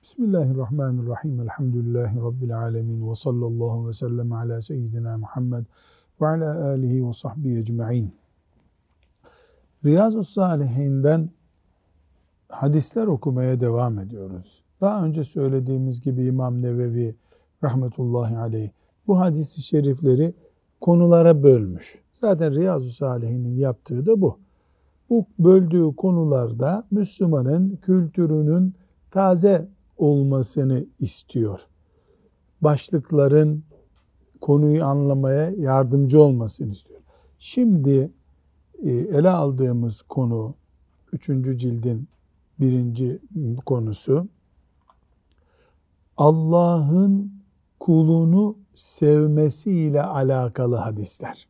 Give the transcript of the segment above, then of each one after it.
Bismillahirrahmanirrahim. Elhamdülillahi Rabbil alemin. Ve sallallahu ve sellem ala seyyidina Muhammed ve ala alihi ve sahbihi ecma'in. Riyazu's-Salihinden hadisler okumaya devam ediyoruz. Daha önce söylediğimiz gibi İmam Nevevi rahmetullahi aleyh bu hadis-i şerifleri konulara bölmüş. Zaten Riyazu's-Salihin'in yaptığı da bu. Bu böldüğü konularda Müslümanın kültürünün taze olmasını istiyor. Başlıkların konuyu anlamaya yardımcı olmasını istiyor. Şimdi ele aldığımız konu 3. cildin 1. konusu Allah'ın kulunu sevmesiyle alakalı hadisler.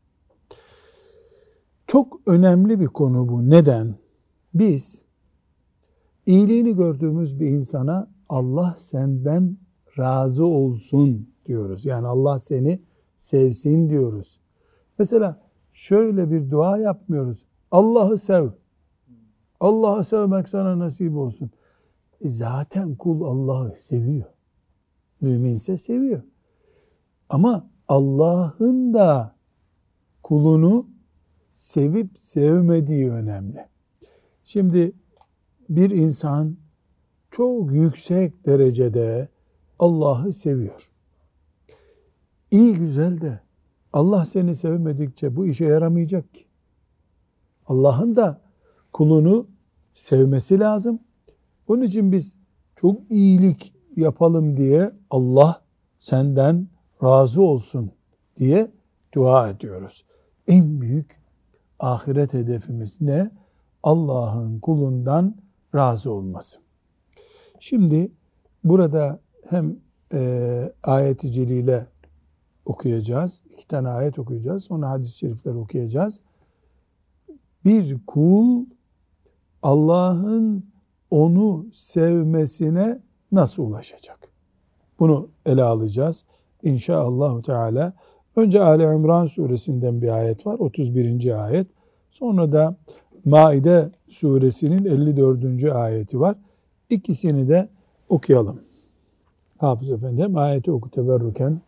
Çok önemli bir konu bu. Neden? Biz İyiliğini gördüğümüz bir insana Allah senden razı olsun diyoruz. Yani Allah seni sevsin diyoruz. Mesela şöyle bir dua yapmıyoruz. Allah'ı sev. Allah'ı sevmek sana nasip olsun. Zaten kul Allah'ı seviyor. Müminse seviyor. Ama Allah'ın da kulunu sevip sevmediği önemli. Şimdi bir insan çok yüksek derecede Allah'ı seviyor. İyi güzel de Allah seni sevmedikçe bu işe yaramayacak ki. Allah'ın da kulunu sevmesi lazım. Onun için biz çok iyilik yapalım diye Allah senden razı olsun diye dua ediyoruz. En büyük ahiret hedefimiz ne? Allah'ın kulundan razı olması. Şimdi burada hem ayet-i celile okuyacağız. 2 tane ayet okuyacağız. Sonra hadis-i şerifler okuyacağız. Bir kul Allah'ın onu sevmesine nasıl ulaşacak? Bunu ele alacağız. İnşaallah Teala. Önce Ali İmran suresinden bir ayet var. 31. ayet. Sonra da Maide suresinin 54. ayeti var. İkisini de okuyalım. Hafız efendim ayeti oku teberrüken.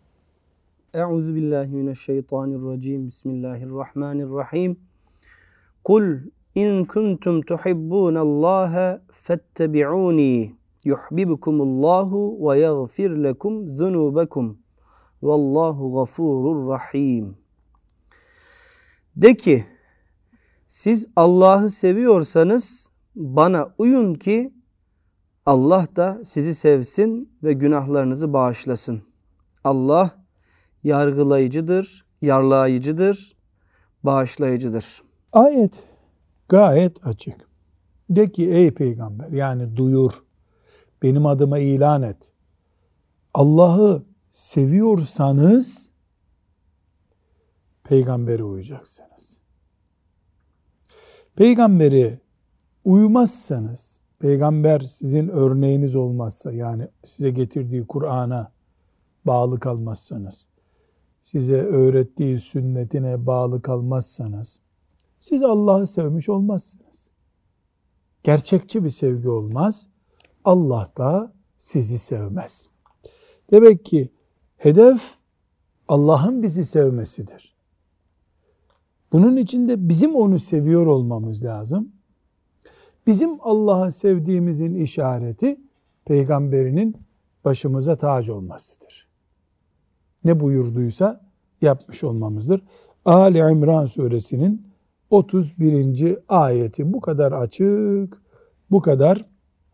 Euzubillahimineşşeytanirracim. Bismillahirrahmanirrahim. Kul in kuntum tuhibbunallaha fettebi'uni yuhibbukumullahu ve yaghfir lekum zunubakum. Vallahu gafurur rahim. De ki, siz Allah'ı seviyorsanız bana uyun ki Allah da sizi sevsin ve günahlarınızı bağışlasın. Allah yargılayıcıdır, yarlayıcıdır, bağışlayıcıdır. Ayet gayet açık. De ki ey peygamber, yani duyur, benim adıma ilan et. Allah'ı seviyorsanız peygambere uyacaksınız. Peygamberi uymazsanız, peygamber sizin örneğiniz olmazsa, yani size getirdiği Kur'an'a bağlı kalmazsanız, size öğrettiği sünnetine bağlı kalmazsanız, siz Allah'ı sevmiş olmazsınız. Gerçekçi bir sevgi olmaz. Allah da sizi sevmez. Demek ki hedef Allah'ın bizi sevmesidir. Bunun için de bizim onu seviyor olmamız lazım. Bizim Allah'ı sevdiğimizin işareti peygamberinin başımıza tac olmasıdır. Ne buyurduysa yapmış olmamızdır. Ali İmran suresinin 31. ayeti bu kadar açık, bu kadar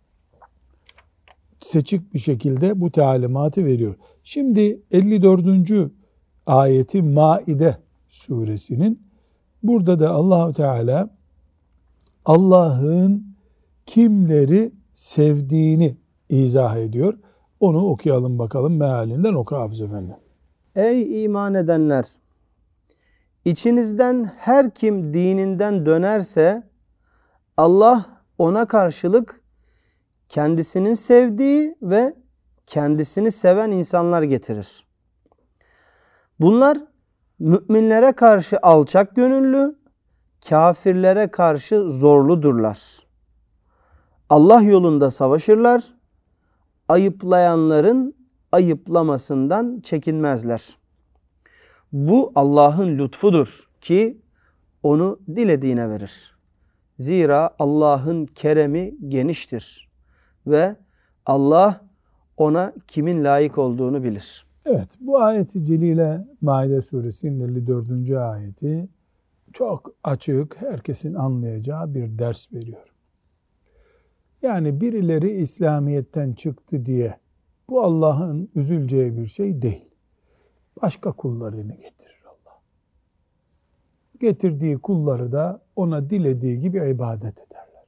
seçik bir şekilde bu talimatı veriyor. Şimdi 54. ayeti Maide suresinin, burada da Allah-u Teala Allah'ın kimleri sevdiğini izah ediyor. Onu okuyalım bakalım, mealinden oku Hafız Efendi. Ey iman edenler! İçinizden her kim dininden dönerse Allah ona karşılık kendisinin sevdiği ve kendisini seven insanlar getirir. Bunlar müminlere karşı alçak gönüllü, kafirlere karşı zorludurlar. Allah yolunda savaşırlar ayıplayanların ayıplamasından çekinmezler. Bu Allah'ın lütfudur ki onu dilediğine verir. Zira Allah'ın keremi geniştir ve Allah ona kimin layık olduğunu bilir. Evet, bu ayeti celile Maide suresinin 54. ayeti çok açık, herkesin anlayacağı bir ders veriyor. Yani birileri İslamiyet'ten çıktı diye bu Allah'ın üzüleceği bir şey değil. Başka kullarını getirir Allah. Getirdiği kulları da ona dilediği gibi ibadet ederler.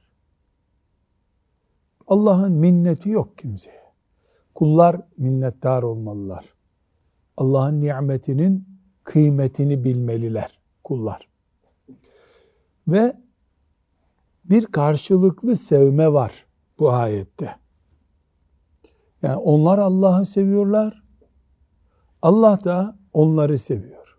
Allah'ın minneti yok kimseye. Kullar minnettar olmalılar. Allah'ın nimetinin kıymetini bilmeliler kullar. Ve bir karşılıklı sevme var bu ayette. Yani onlar Allah'ı seviyorlar. Allah da onları seviyor.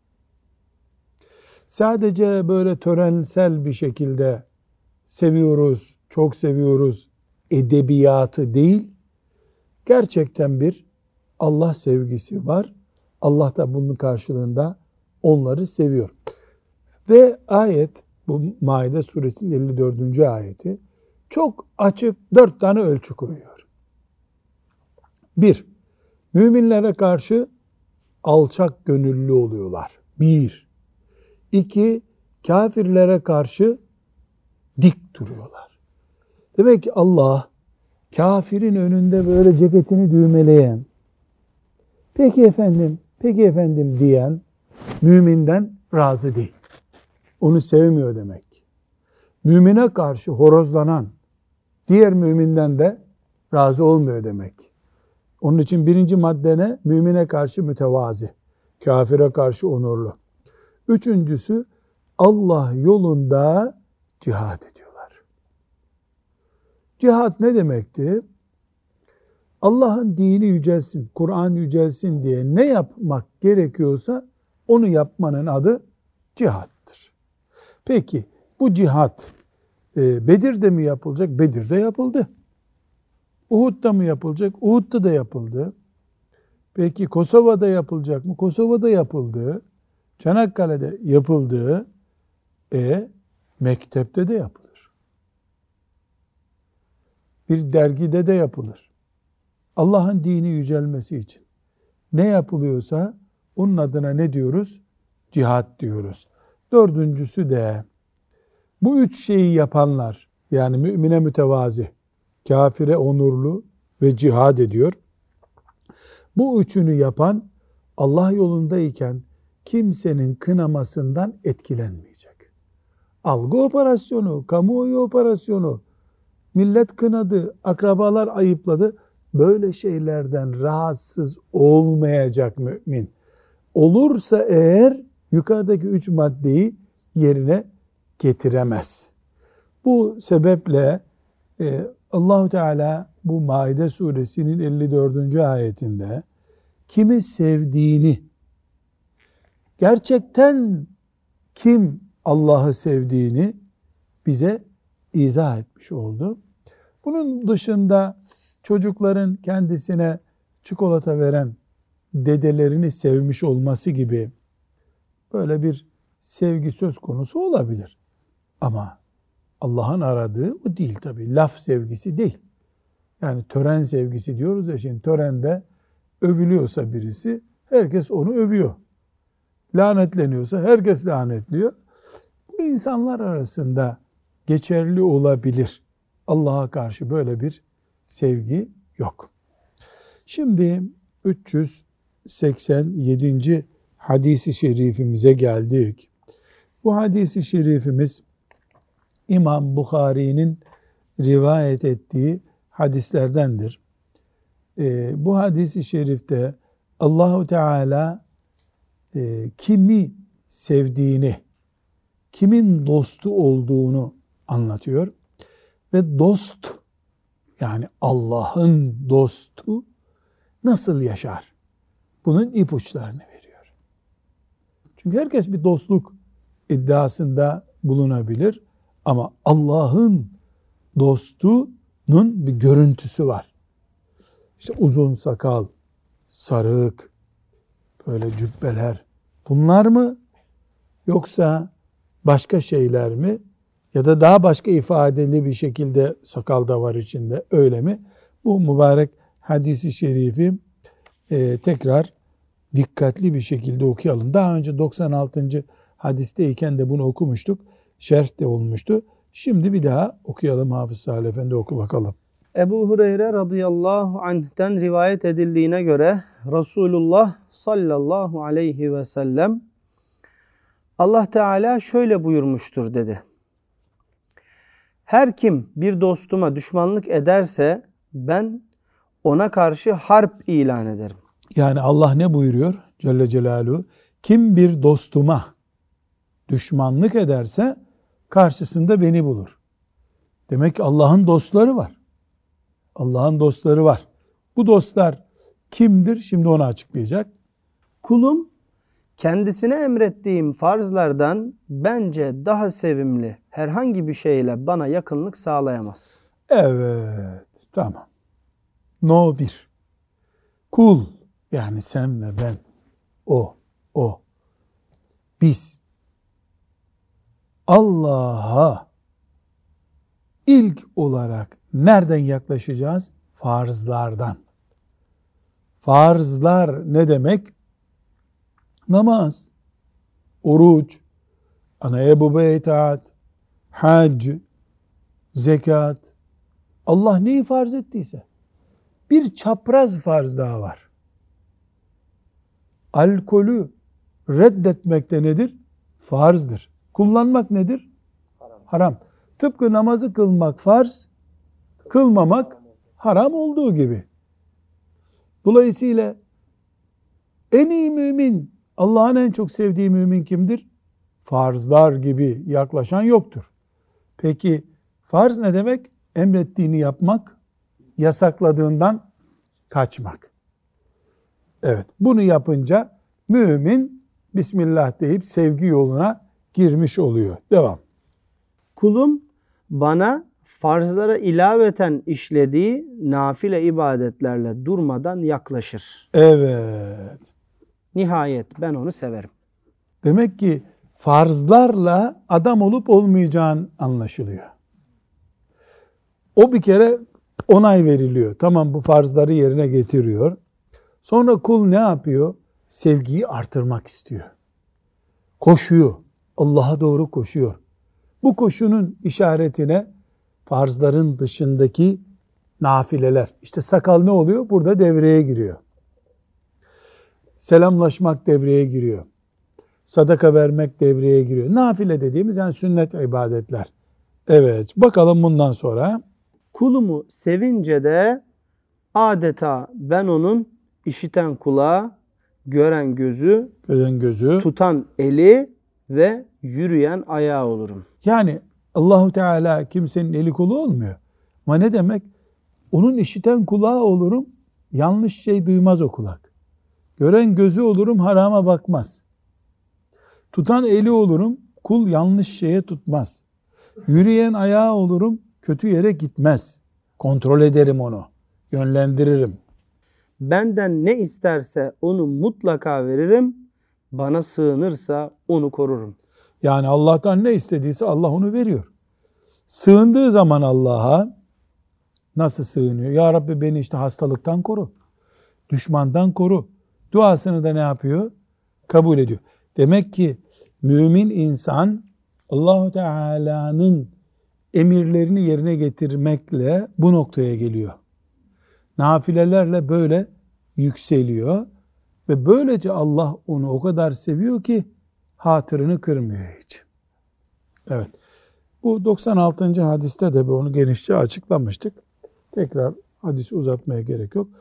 Sadece böyle törensel bir şekilde seviyoruz, çok seviyoruz edebiyatı değil, gerçekten bir Allah sevgisi var. Allah da bunun karşılığında onları seviyor. Ve ayet, bu Maide suresinin 54. ayeti çok açık 4 tane ölçü koyuyor. 1. Müminlere karşı alçak gönüllü oluyorlar. 1. 2. Kafirlere karşı dik duruyorlar. Demek ki Allah kafirin önünde böyle ceketini düğmeleyen, peki efendim diyen müminden razı değil. Onu sevmiyor demek. Mümine karşı horozlanan diğer müminden de razı olmuyor demek. Onun için birinci madde ne? Mümine karşı mütevazi, kafire karşı onurlu. Üçüncüsü Allah yolunda cihad ediyorlar. Cihad ne demekti? Allah'ın dini yücelsin, Kur'an yücelsin diye ne yapmak gerekiyorsa onu yapmanın adı cihattır. Peki bu cihat Bedir'de mi yapılacak? Bedir'de yapıldı. Uhud'da mı yapılacak? Uhud'da da yapıldı. Peki Kosova'da yapılacak mı? Kosova'da yapıldı. Çanakkale'de yapıldı. Mektepte de yapılır. Bir dergide de yapılır. Allah'ın dini yücelmesi için ne yapılıyorsa onun adına ne diyoruz? Cihat diyoruz. Dördüncüsü de bu üç şeyi yapanlar, yani mümine mütevazi, kafire onurlu ve cihad ediyor. Bu üçünü yapan Allah yolundayken kimsenin kınamasından etkilenmeyecek. Algı operasyonu, kamuoyu operasyonu, millet kınadı, akrabalar ayıpladı. Böyle şeylerden rahatsız olmayacak mümin. Olursa eğer yukarıdaki 3 maddeyi yerine getiremez. Bu sebeple Allah-u Teala bu Maide suresinin 54. ayetinde kimi sevdiğini, gerçekten kim Allah'ı sevdiğini bize izah etmiş oldu. Bunun dışında çocukların kendisine çikolata veren dedelerini sevmiş olması gibi böyle bir sevgi söz konusu olabilir. Ama Allah'ın aradığı o değil tabii. Laf sevgisi değil. Yani tören sevgisi diyoruz ya, şimdi törende övülüyorsa birisi, herkes onu övüyor. Lanetleniyorsa herkes lanetliyor. Bu insanlar arasında geçerli olabilir. Allah'a karşı böyle bir sevgi yok. Şimdi 387. hadisi şerifimize geldik. Bu hadisi şerifimiz İmam Bukhari'nin rivayet ettiği hadislerdendir. Bu hadisi şerifte Allahu Teala kimi sevdiğini, kimin dostu olduğunu anlatıyor. Ve dost, yani Allah'ın dostu nasıl yaşar? Bunun ipuçlarını veriyor. Çünkü herkes bir dostluk iddiasında bulunabilir. Ama Allah'ın dostunun bir görüntüsü var. işte uzun sakal, sarık, böyle cübbeler, bunlar mı? Yoksa başka şeyler mi? Ya da daha başka ifadeli bir şekilde sakal da var içinde, öyle mi? Bu mübarek hadisi şerifi tekrar dikkatli bir şekilde okuyalım. Daha önce 96. hadisteyken de bunu okumuştuk. Şerh de olmuştu. Şimdi bir daha okuyalım. Hafız Salih Efendi oku bakalım. Ebu Hureyre radıyallahu anh'ten rivayet edildiğine göre Resulullah sallallahu aleyhi ve sellem Allah Teala şöyle buyurmuştur dedi. Her kim bir dostuma düşmanlık ederse ben ona karşı harp ilan ederim. Yani Allah ne buyuruyor Celle Celaluhu? Kim bir dostuma düşmanlık ederse karşısında beni bulur. Demek ki Allah'ın dostları var. Allah'ın dostları var. Bu dostlar kimdir? Şimdi onu açıklayacak. Kulum kendisine emrettiğim farzlardan bence daha sevimli herhangi bir şeyle bana yakınlık sağlayamaz. Evet, tamam. No 1. Kul, yani sen ve ben, o, biz Allah'a ilk olarak nereden yaklaşacağız? Farzlardan. Farzlar ne demek? Namaz, oruç, anaya babaya itaat, hac, zekat. Allah neyi farz ettiyse. Bir çapraz farz daha var. Alkolü reddetmek de nedir? Farzdır. Kullanmak nedir? Haram. Tıpkı namazı kılmak farz, kılmamak haram olduğu gibi. Dolayısıyla en iyi mümin, Allah'ın en çok sevdiği mümin kimdir? Farzlar gibi yaklaşan yoktur. Peki farz ne demek? Emrettiğini yapmak, yasakladığından kaçmak. Evet, bunu yapınca mümin Bismillah deyip sevgi yoluna girmiş oluyor. Devam. Kulum bana farzlara ilaveten işlediği nafile ibadetlerle durmadan yaklaşır. Evet. Nihayet ben onu severim. Demek ki farzlarla adam olup olmayacağın anlaşılıyor. O bir kere onay veriliyor. Tamam, bu farzları yerine getiriyor. Sonra kul ne yapıyor? Sevgiyi artırmak istiyor. Koşuyor. Allah'a doğru koşuyor. Bu koşunun işaretine farzların dışındaki nafileler. İşte sakal ne oluyor? Burada devreye giriyor. Selamlaşmak devreye giriyor. Sadaka vermek devreye giriyor. Nafile dediğimiz yani sünnet ibadetler. Evet, bakalım bundan sonra. Kulumu sevince de adeta ben onun işiten kulağı, gören gözü, tutan eli ve yürüyen ayağı olurum. Yani Allahu Teala kimsenin eli kolu olmuyor. Ama ne demek? Onun işiten kulağı olurum, yanlış şey duymaz o kulak. Gören gözü olurum, harama bakmaz. Tutan eli olurum, kul yanlış şeye tutmaz. Yürüyen ayağı olurum, kötü yere gitmez. Kontrol ederim onu, yönlendiririm. Benden ne isterse onu mutlaka veririm, bana sığınırsa onu korurum. Yani Allah'tan ne istediyse Allah onu veriyor. Sığındığı zaman Allah'a nasıl sığınıyor? Ya Rabbi beni işte hastalıktan koru, düşmandan koru. Duasını da ne yapıyor? Kabul ediyor. Demek ki mümin insan Allah-u Teala'nın emirlerini yerine getirmekle bu noktaya geliyor. Nafilelerle böyle yükseliyor ve böylece Allah onu o kadar seviyor ki hatırını kırmıyor hiç. Evet. Bu 96. hadiste de onu genişçe açıklamıştık. Tekrar hadisi uzatmaya gerek yok.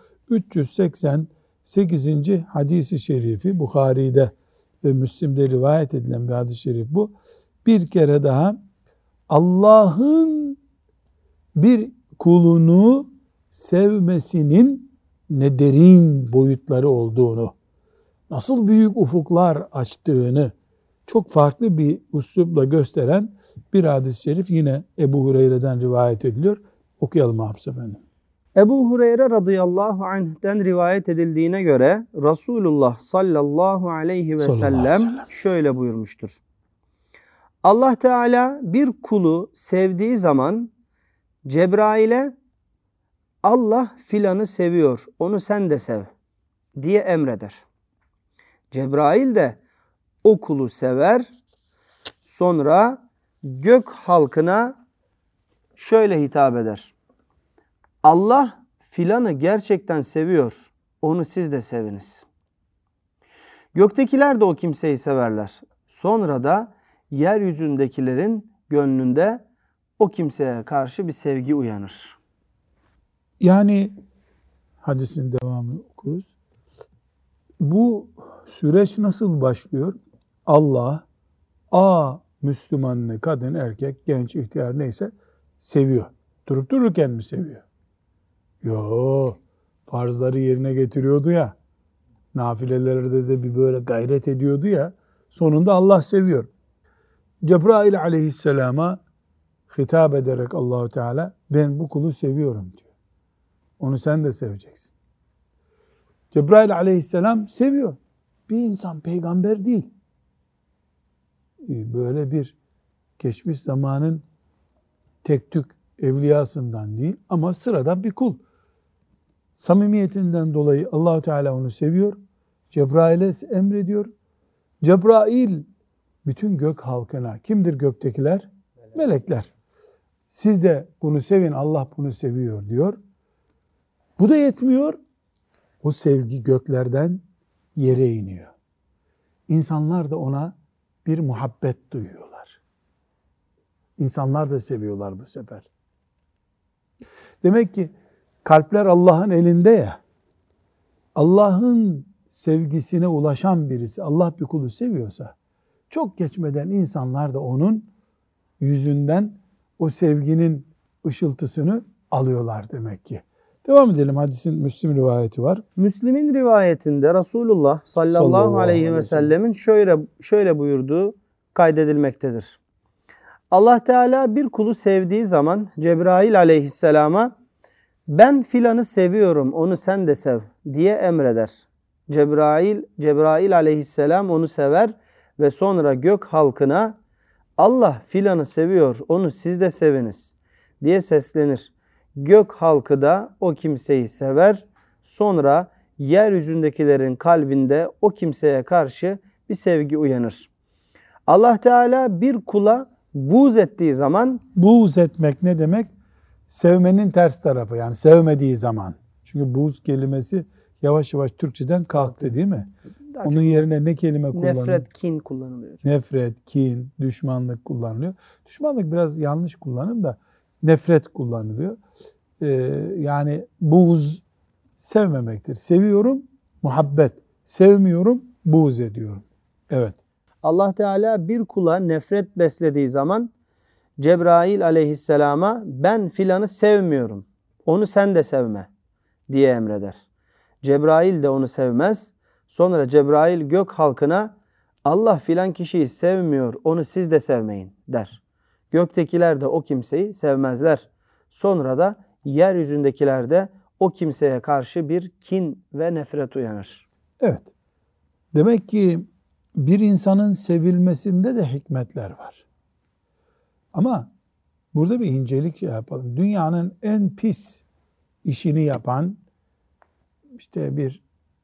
388. hadisi şerifi Bukhari'de ve Müslim'de rivayet edilen bir hadis-i şerif bu. Bir kere daha Allah'ın bir kulunu sevmesinin ne derin boyutları olduğunu, nasıl büyük ufuklar açtığını çok farklı bir üslupla gösteren bir hadis-i şerif yine Ebu Hureyre'den rivayet ediliyor. Okuyalım Hafız Efendi. Ebu Hureyre radıyallahu anh'ten rivayet edildiğine göre Resulullah sallallahu aleyhi ve sellem şöyle buyurmuştur. Allah Teala bir kulu sevdiği zaman Cebrail'e Allah filanı seviyor, onu sen de sev diye emreder. Cebrail de o kulu sever. Sonra gök halkına şöyle hitap eder. Allah filanı gerçekten seviyor, onu siz de seviniz. Göktekiler de o kimseyi severler. Sonra da yeryüzündekilerin gönlünde o kimseye karşı bir sevgi uyanır. Yani hadisin devamını okuruz. Bu süreç nasıl başlıyor? Allah Müslümanını, kadın, erkek, genç, ihtiyar neyse seviyor. Durup dururken mi seviyor? Yo, farzları yerine getiriyordu ya. Nafilelerde de bir böyle gayret ediyordu ya. Sonunda Allah seviyor. Cebrail aleyhisselama hitap ederek Allahu Teala ben bu kulu seviyorum diyor. Onu sen de seveceksin. Cebrail aleyhisselam seviyor. Bir insan peygamber değil. Böyle bir geçmiş zamanın tek tük evliyasından değil ama sıradan bir kul. Samimiyetinden dolayı Allah-u Teala onu seviyor. Cebrail'e emrediyor. Cebrail bütün gök halkına, kimdir göktekiler? Melekler. Siz de bunu sevin, Allah bunu seviyor diyor. Bu da yetmiyor. O sevgi göklerden yere iniyor. İnsanlar da ona bir muhabbet duyuyorlar. İnsanlar da seviyorlar bu sefer. Demek ki kalpler Allah'ın elinde ya. Allah'ın sevgisine ulaşan birisi, Allah bir kulu seviyorsa, çok geçmeden insanlar da onun yüzünden o sevginin ışıltısını alıyorlar demek ki. Devam edelim. Hadisin Müslim rivayeti var. Müslim'in rivayetinde Resulullah sallallahu aleyhi ve sellemin şöyle buyurduğu kaydedilmektedir. Allah Teala bir kulu sevdiği zaman Cebrail aleyhisselama ben filanı seviyorum, onu sen de sev diye emreder. Cebrail aleyhisselam onu sever ve sonra gök halkına Allah filanı seviyor, onu siz de seviniz diye seslenir. Gök halkı da o kimseyi sever. Sonra yeryüzündekilerin kalbinde o kimseye karşı bir sevgi uyanır. Allah Teala bir kula buğz ettiği zaman... Buğz etmek ne demek? Sevmenin ters tarafı, yani sevmediği zaman. Çünkü buğz kelimesi yavaş yavaş Türkçeden kalktı değil mi? Onun yerine ne kelime kullanılıyor? Nefret, kin kullanılıyor. Nefret, kin, düşmanlık kullanılıyor. Düşmanlık biraz yanlış kullanım da nefret kullanılıyor. Yani buğz sevmemektir. Seviyorum, muhabbet. Sevmiyorum, buğz ediyorum. Evet. Allah Teala bir kula nefret beslediği zaman Cebrail aleyhisselama ben filanı sevmiyorum, onu sen de sevme diye emreder. Cebrail de onu sevmez. Sonra Cebrail gök halkına Allah filan kişiyi sevmiyor, onu siz de sevmeyin der. Göktekiler de o kimseyi sevmezler. Sonra da yeryüzündekiler de o kimseye karşı bir kin ve nefret uyanır. Evet. Demek ki bir insanın sevilmesinde de hikmetler var. Ama burada bir incelik yapalım. Dünyanın en pis işini yapan işte bir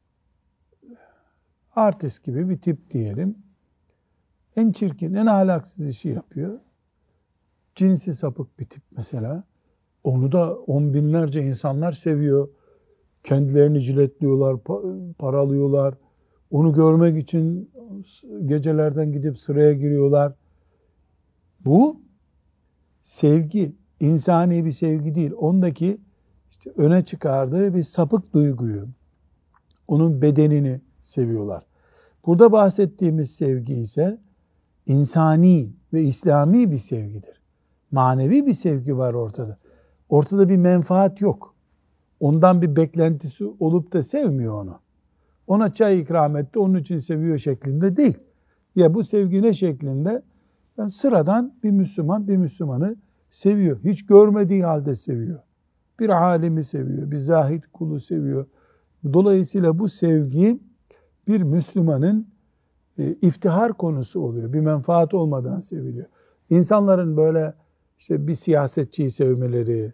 artist gibi bir tip diyelim. En çirkin, en ahlaksız işi yapıyor. Cinsi sapık bir tip mesela. Onu da on binlerce insanlar seviyor. Kendilerini jiletliyorlar, paralıyorlar. Onu görmek için gecelerden gidip sıraya giriyorlar. Bu sevgi, insani bir sevgi değil. Ondaki işte öne çıkardığı bir sapık duyguyu, onun bedenini seviyorlar. Burada bahsettiğimiz sevgi ise insani ve İslami bir sevgidir. Manevi bir sevgi var ortada. Ortada bir menfaat yok. Ondan bir beklentisi olup da sevmiyor onu. Ona çay ikram etti, onun için seviyor şeklinde değil. Ya bu sevgi ne şeklinde? Yani sıradan bir Müslüman bir Müslümanı seviyor. Hiç görmediği halde seviyor. bir alimi seviyor, bir zahid kulu seviyor. Dolayısıyla bu sevgi bir Müslümanın iftihar konusu oluyor. Bir menfaat olmadan seviliyor. İnsanların böyle işte bir siyasetçiyi sevmeleri,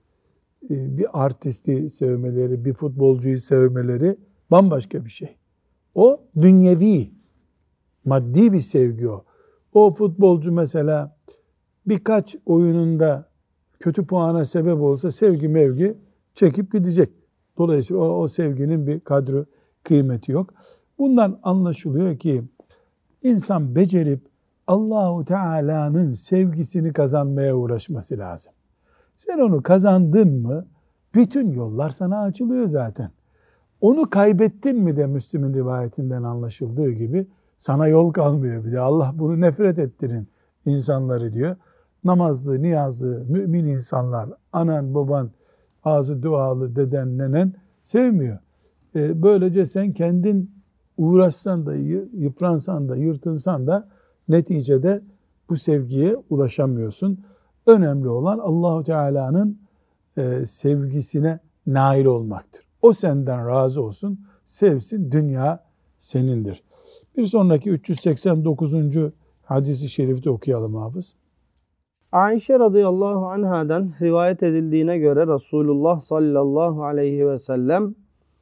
bir artisti sevmeleri, bir futbolcuyu sevmeleri bambaşka bir şey. O dünyevi, maddi bir sevgi o. O futbolcu mesela birkaç oyununda kötü puana sebep olsa sevgi mevgi çekip gidecek. Dolayısıyla o sevginin bir kadri, kıymeti yok. Bundan anlaşılıyor ki insan becerip Allahu Teala'nın sevgisini kazanmaya uğraşması lazım. Sen onu kazandın mı bütün yollar sana açılıyor zaten. Onu kaybettin mi de Müslim'in rivayetinden anlaşıldığı gibi sana yol kalmıyor. Bir de Allah bunu nefret ettirin insanları diyor. Namazlı, niyazlı, mümin insanlar, anan, baban, ağzı dualı, deden, nenen sevmiyor. Böylece sen kendin uğraşsan da, yıpransan da, yırtınsan da neticede bu sevgiye ulaşamıyorsun. Önemli olan Allahu Teala'nın sevgisine nail olmaktır. O senden razı olsun, sevsin, dünya senindir. Bir sonraki 389. hadisi şerifte okuyalım hafız. Ayşe radıyallahu anhadan rivayet edildiğine göre Resulullah sallallahu aleyhi ve sellem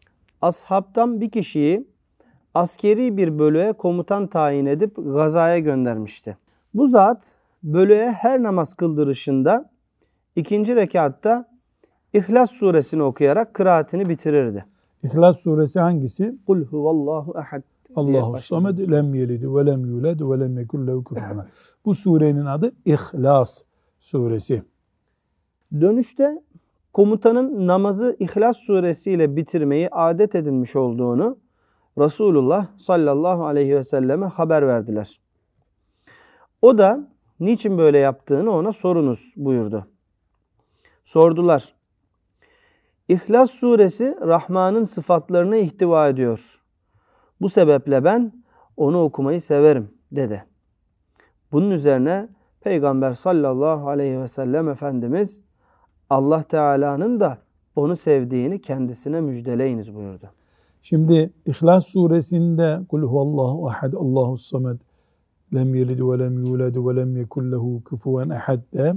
ashabtan bir kişiyi askeri bir bölüğe komutan tayin edip gazaya göndermişti. Bu zat bölüğe her namaz kıldırışında 2. rekatta İhlas suresini okuyarak kıraatini bitirirdi. İhlas suresi hangisi? Kul huvallahu ehad. Allahu samed lem yelid ve lem yulad ve lem yekun lehu kufuven ahad. Bu surenin adı İhlas suresi. Dönüşte komutanın namazı İhlas suresiyle bitirmeyi adet edinmiş olduğunu Resulullah sallallahu aleyhi ve selleme haber verdiler. O da niçin böyle yaptığını ona sorunuz buyurdu. Sordular. İhlas suresi Rahman'ın sıfatlarını ihtiva ediyor. Bu sebeple ben onu okumayı severim dedi. Bunun üzerine Peygamber sallallahu aleyhi ve sellem Efendimiz Allah Teala'nın da onu sevdiğini kendisine müjdeleyiniz buyurdu. Şimdi İhlas suresinde Kul huvallahu ahad Allahus samed lem yelid ve lem yulad ve lem yekun lehu kufuven ahad de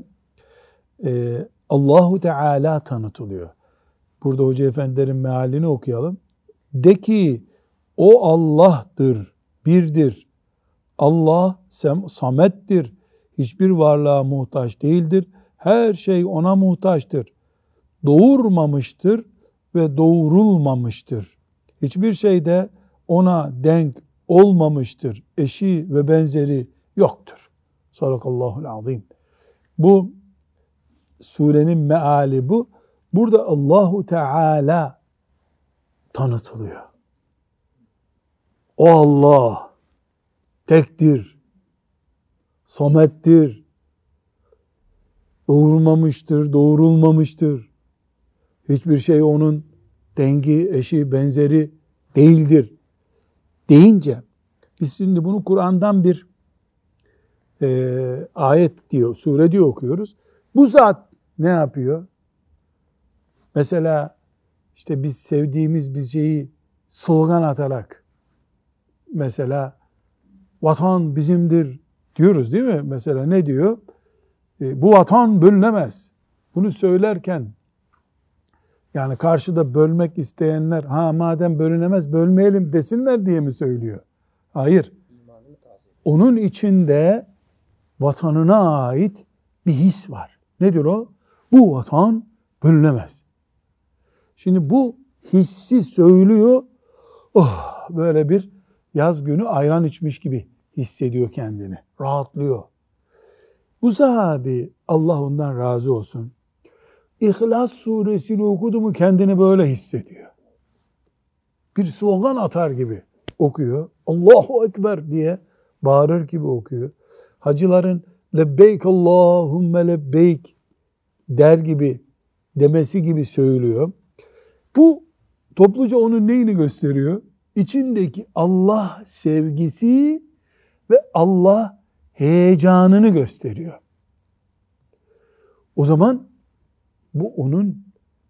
Allahu Teala tanıtılıyor. Burada Hoca Efendilerin mealini okuyalım. De ki o Allah'tır, birdir. Allah samettir. Hiçbir varlığa muhtaç değildir. Her şey ona muhtaçtır. Doğurmamıştır ve doğurulmamıştır. Hiçbir şey de ona denk olmamıştır. Eşi ve benzeri yoktur. Sadakallahul azim. Bu surenin meali bu. Burada Allahu Teala tanıtılıyor. O Allah tektir, samettir, doğurmamıştır, doğurulmamıştır. Hiçbir şey onun dengi, eşi, benzeri değildir deyince biz şimdi bunu Kur'an'dan bir ayet diyor, sure diyor okuyoruz. Bu zat ne yapıyor? Mesela işte biz sevdiğimiz bir şeyi slogan atarak mesela vatan bizimdir diyoruz değil mi? Mesela ne diyor? Bu vatan bölünemez. Bunu söylerken yani karşıda bölmek isteyenler madem bölünemez bölmeyelim desinler diye mi söylüyor? Hayır. Onun içinde vatanına ait bir his var. Nedir o? Bu vatan bölünemez. Şimdi bu hissi söylüyor. Böyle bir yaz günü ayran içmiş gibi hissediyor kendini. Rahatlıyor. Bu sahabi Allah ondan razı olsun. İhlas suresini okudu mu kendini böyle hissediyor. Bir slogan atar gibi okuyor. Allahu Ekber diye bağırır gibi okuyor. Hacıların lebbeyk Allahümme lebbeyk der gibi demesi gibi söylüyor. Bu topluca onun neyini gösteriyor? İçindeki Allah sevgisi ve Allah heyecanını gösteriyor. O zaman bu onun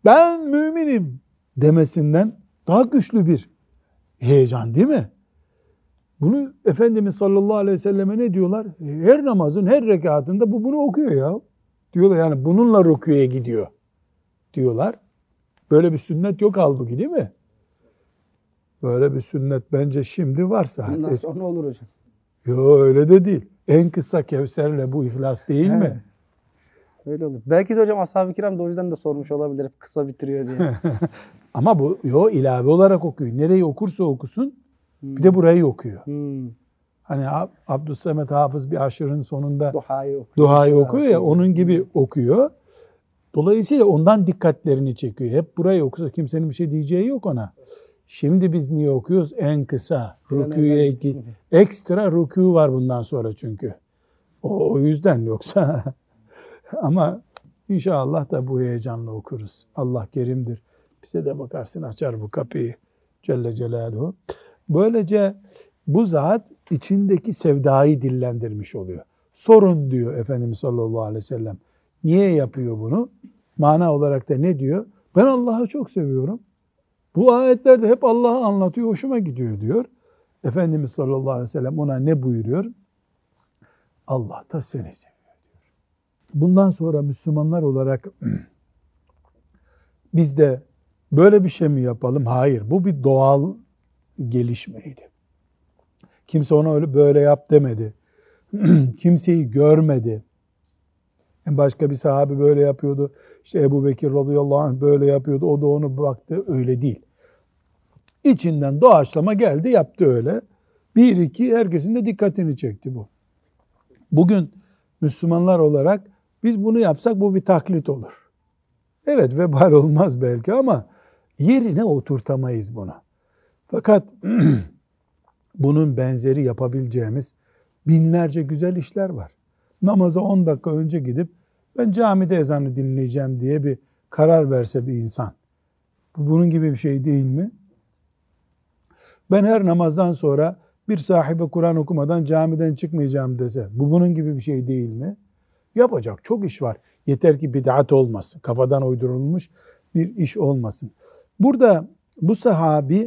ben müminim demesinden daha güçlü bir heyecan değil mi? Bunu Efendimiz sallallahu aleyhi ve selleme ne diyorlar? Her namazın her rekatında bu bunu okuyor ya. Diyorlar yani bununla rükûya gidiyor diyorlar. Böyle bir sünnet yok halbuki değil mi? Böyle bir sünnet bence şimdi varsa. Bundan sonra olur hocam. Yok öyle de değil. En kısa Kevser'le bu ihlas değil mi? Öyle olur. Belki de hocam ashab-ı kiram da o yüzden de sormuş olabilir. Hep kısa bitiriyor diye. Ama bu ilave olarak okuyor. Nereyi okursa okusun bir de burayı okuyor. Hani Abdüssemet Hafız bir aşırının sonunda duayı okuyor ya onun gibi okuyor. Dolayısıyla ondan dikkatlerini çekiyor. Hep burayı okusa kimsenin bir şey diyeceği yok ona. Şimdi biz niye okuyoruz? En kısa rükûya git. Ekstra rükû var bundan sonra çünkü. O yüzden yoksa ama inşallah da bu heyecanla okuruz. Allah kerimdir. Bize de bakarsın açar bu kapıyı. Celle Celaluhu. Böylece bu zat içindeki sevdayı dillendirmiş oluyor. Sorun diyor Efendimiz sallallahu aleyhi ve sellem. Niye yapıyor bunu? Mana olarak da ne diyor? Ben Allah'ı çok seviyorum. Bu ayetlerde hep Allah'ı anlatıyor, hoşuma gidiyor diyor. Efendimiz sallallahu aleyhi ve sellem ona ne buyuruyor? Allah da seni seviyor diyor. Bundan sonra Müslümanlar olarak biz de böyle bir şey mi yapalım? Hayır, bu bir doğal gelişmeydi. Kimse ona öyle böyle yap demedi. Kimseyi görmedi. Başka bir sahabe böyle yapıyordu. İşte Ebu Bekir radıyallahu anh böyle yapıyordu. O da onu baktı. Öyle değil. İçinden doğaçlama geldi yaptı öyle. Bir iki herkesin de dikkatini çekti bu. Bugün Müslümanlar olarak biz bunu yapsak bu bir taklit olur. Evet vebal olmaz belki ama yerine oturtamayız bunu. Fakat bunun benzeri yapabileceğimiz binlerce güzel işler var. Namaza 10 dakika önce gidip ben camide ezanı dinleyeceğim diye bir karar verse bir insan. Bu bunun gibi bir şey değil mi? Ben her namazdan sonra bir sahibe Kur'an okumadan camiden çıkmayacağım dese. Bu bunun gibi bir şey değil mi? Yapacak çok iş var. Yeter ki bid'at olmasın. Kafadan uydurulmuş bir iş olmasın. Burada bu sahabi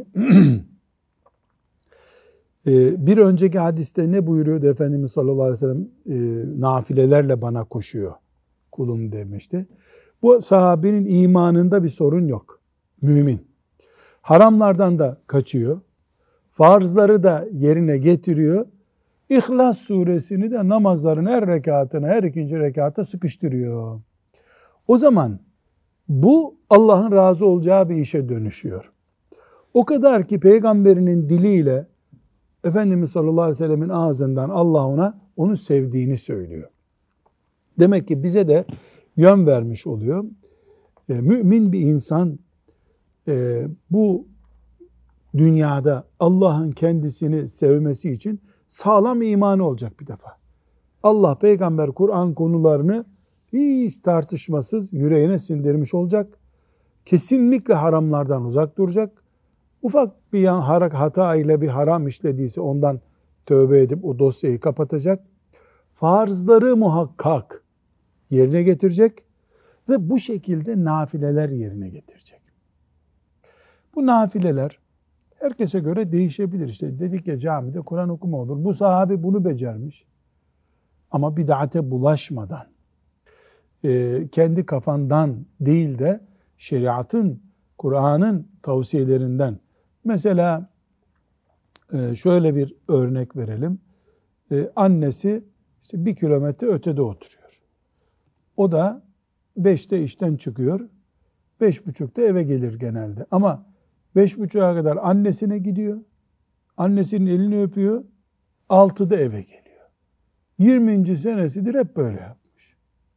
bir önceki hadiste ne buyuruyordu Efendimiz sallallahu aleyhi ve sellem? Nafilelerle bana koşuyor kulum demişti. Bu sahabinin imanında bir sorun yok. Mümin. Haramlardan da kaçıyor. Farzları da yerine getiriyor. İhlas suresini de namazların her rekatına, her ikinci rekata sıkıştırıyor. O zaman bu Allah'ın razı olacağı bir işe dönüşüyor. O kadar ki peygamberinin diliyle Efendimiz sallallahu aleyhi ve sellemin ağzından Allah ona onu sevdiğini söylüyor. Demek ki bize de yön vermiş oluyor. Mümin bir insan bu dünyada Allah'ın kendisini sevmesi için sağlam imanı olacak bir defa. Allah, peygamber, Kur'an konularını hiç tartışmasız yüreğine sindirmiş olacak. Kesinlikle haramlardan uzak duracak. Ufak bir hata ile bir haram işlediyse ondan tövbe edip o dosyayı kapatacak. Farzları muhakkak yerine getirecek ve bu şekilde nafileler yerine getirecek. Bu nafileler herkese göre değişebilir. İşte dedik ya camide Kur'an okuma olur. Bu sahabe bunu becermiş. Ama bid'ate bulaşmadan, kendi kafandan değil de şeriatın, Kur'an'ın tavsiyelerinden. Mesela şöyle bir örnek verelim. Annesi işte 1 kilometre ötede oturuyor. O da 5'te işten çıkıyor. 5.30'da eve gelir genelde. Ama 5.30'a kadar annesine gidiyor. Annesinin elini öpüyor. 6'da eve geliyor. 20. senesidir hep böyle yapmış.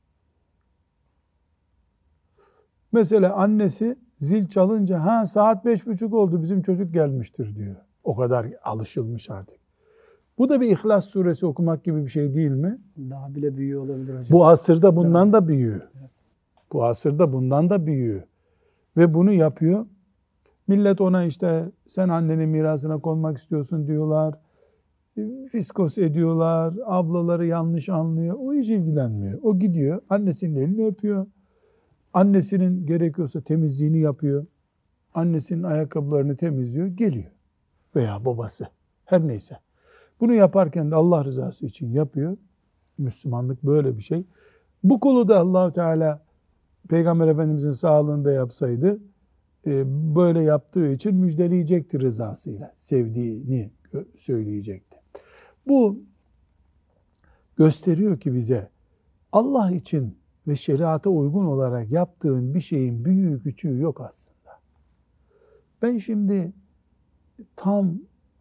Mesela annesi zil çalınca saat 5.30 oldu bizim çocuk gelmiştir diyor. O kadar alışılmış artık. Bu da bir İhlas suresi okumak gibi bir şey değil mi? Daha bile büyüğü olabilir hocam. Bu asırda bundan da büyüğü. Bu asırda bundan da büyüğü. Ve bunu yapıyor. Millet ona işte sen annenin mirasına konmak istiyorsun diyorlar. Fiskos ediyorlar. Ablaları yanlış anlıyor. O hiç ilgilenmiyor. O gidiyor. Annesinin elini öpüyor. Annesinin gerekiyorsa temizliğini yapıyor. Annesinin ayakkabılarını temizliyor, geliyor. Veya babası, her neyse. Bunu yaparken de Allah rızası için yapıyor. Müslümanlık böyle bir şey. Bu kulu da Allah-u Teala Peygamber Efendimizin sağlığında yapsaydı, böyle yaptığı için müjdeleyecekti rızasıyla. Sevdiğini söyleyecekti. Bu gösteriyor ki bize Allah için ve şeriata uygun olarak yaptığın bir şeyin büyüğü küçüğü yok aslında. Ben şimdi tam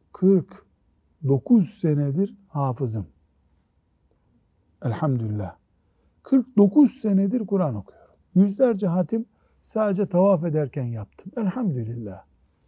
49 senedir hafızım. Elhamdülillah. 49 senedir Kur'an okuyorum. Yüzlerce hatim sadece tavaf ederken yaptım. Elhamdülillah.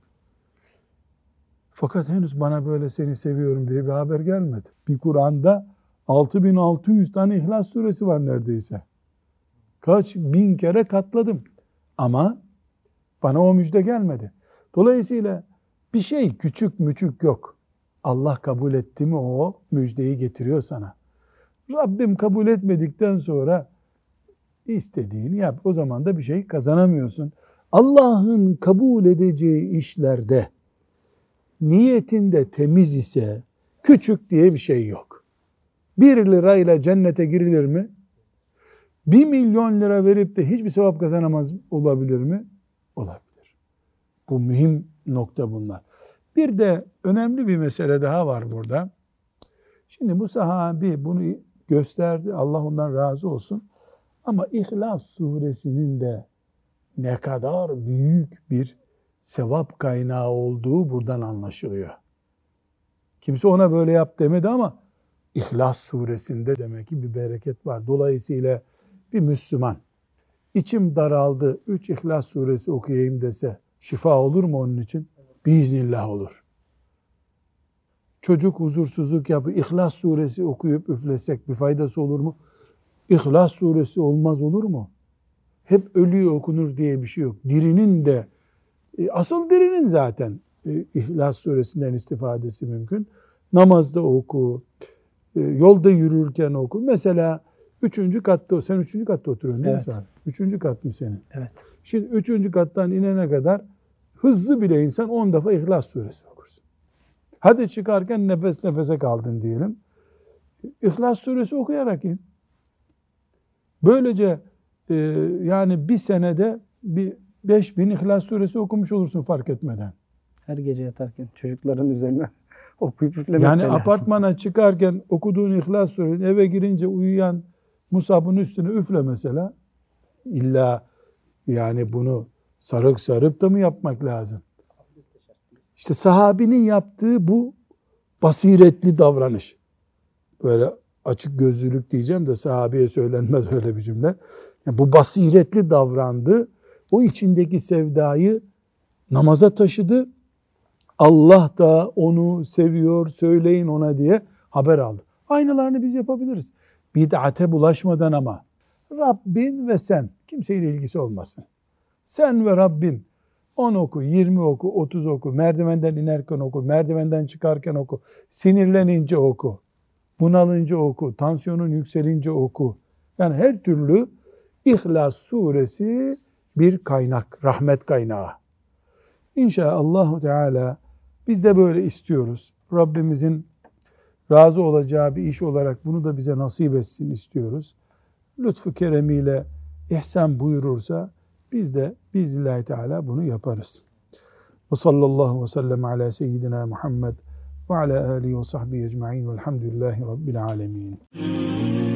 Fakat henüz bana böyle seni seviyorum diye bir haber gelmedi. Bir Kur'an'da 6600 tane İhlas suresi var neredeyse. Kaç bin kere katladım. Ama bana o müjde gelmedi. Dolayısıyla bir şey küçük müçük yok. Allah kabul etti mi o müjdeyi getiriyor sana. Rabbim kabul etmedikten sonra istediğini yap. O zaman da bir şey kazanamıyorsun. Allah'ın kabul edeceği işlerde niyetinde temiz ise küçük diye bir şey yok. 1 lirayla cennete girilir mi? 1 milyon lira verip de hiçbir sevap kazanamaz olabilir mi? Olabilir. Bu mühim nokta bunlar. Bir de önemli bir mesele daha var burada. Şimdi bu sahabi bunu gösterdi. Allah ondan razı olsun. Ama İhlas suresinin de ne kadar büyük bir sevap kaynağı olduğu buradan anlaşılıyor. Kimse ona böyle yap demedi ama İhlas suresinde demek ki bir bereket var. Dolayısıyla bir Müslüman içim daraldı 3 İhlas suresi okuyayım dese şifa olur mu onun için? Biiznillah olur. Çocuk huzursuzluk yapıp İhlas suresi okuyup üflesek bir faydası olur mu? İhlas suresi olmaz olur mu? Hep ölüye okunur diye bir şey yok. Dirinin de asıl dirinin zaten İhlas suresinden istifadesi mümkün. Namazda oku, yolda yürürken oku. Mesela 3. katta, sen 3. katta oturuyorsun değil mi sen? 3. kat mı senin? Evet. Şimdi 3. kattan inene kadar hızlı bile insan 10 defa İhlas suresi okursun. Hadi çıkarken nefes nefese kaldın diyelim. İhlas suresi okuyarak in. Böylece yani bir senede bir 5000 İhlas suresi okumuş olursun fark etmeden. Her gece yatarken çocukların üzerine okuyup üflemek yani lazım. Apartmana çıkarken okuduğun İhlas suresi eve girince uyuyan Musab'ın üstüne üfle mesela. İlla yani bunu sarıp da mı yapmak lazım? İşte sahabinin yaptığı bu basiretli davranış. Böyle açık gözlülük diyeceğim de sahabeye söylenmez öyle bir cümle. Yani bu basiretli davrandı. O içindeki sevdayı namaza taşıdı. Allah da onu seviyor, söyleyin ona diye haber aldı. Aynılarını biz yapabiliriz. Bid'ate bulaşmadan ama Rabbin ve sen, kimseyle ilgisi olmasın. Sen ve Rabbin 10 oku, 20 oku, 30 oku, merdivenden inerken oku, merdivenden çıkarken oku, sinirlenince oku, bunalınca oku, tansiyonun yükselince oku. Yani her türlü İhlas suresi bir kaynak, rahmet kaynağı. İnşallah Teala biz de böyle istiyoruz. Rabbimizin razı olacağı bir iş olarak bunu da bize nasip etsin istiyoruz. Lütfu keremiyle ihsan buyurursa biz de biiznillahü teala bunu yaparız. Ve sallallahu ve sellem ala seyyidina Muhammed ve ala alihi ve sahbihi ecma'in velhamdülillahi rabbil alemin.